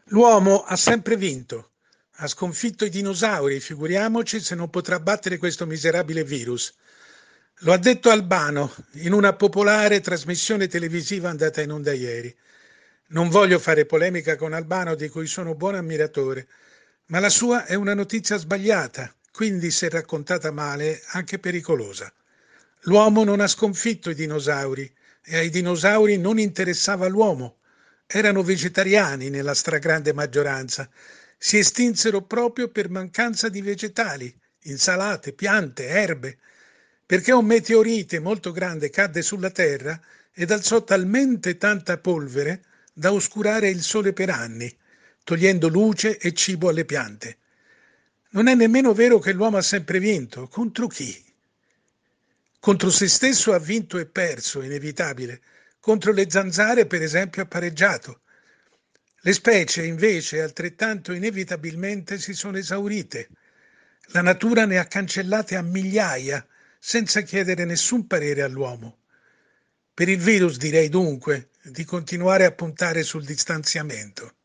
L'uomo ha sempre vinto, ha sconfitto i dinosauri, figuriamoci se non potrà battere questo miserabile virus. Lo ha detto Albano in una popolare trasmissione televisiva andata in onda ieri. Non voglio fare polemica con Albano, di cui sono buon ammiratore, ma la sua è una notizia sbagliata, quindi se raccontata male anche pericolosa. L'uomo non ha sconfitto i dinosauri e ai dinosauri non interessava l'uomo. Erano vegetariani nella stragrande maggioranza. Si estinsero proprio per mancanza di vegetali, insalate, piante, erbe, perché un meteorite molto grande cadde sulla Terra ed alzò talmente tanta polvere da oscurare il sole per anni, togliendo luce e cibo alle piante. Non è nemmeno vero che l'uomo ha sempre vinto. Contro chi? Contro se stesso ha vinto e perso, inevitabile. Contro le zanzare, per esempio, ha pareggiato. Le specie, invece, altrettanto inevitabilmente si sono esaurite. La natura ne ha cancellate a migliaia, senza chiedere nessun parere all'uomo. Per il virus direi dunque di continuare a puntare sul distanziamento.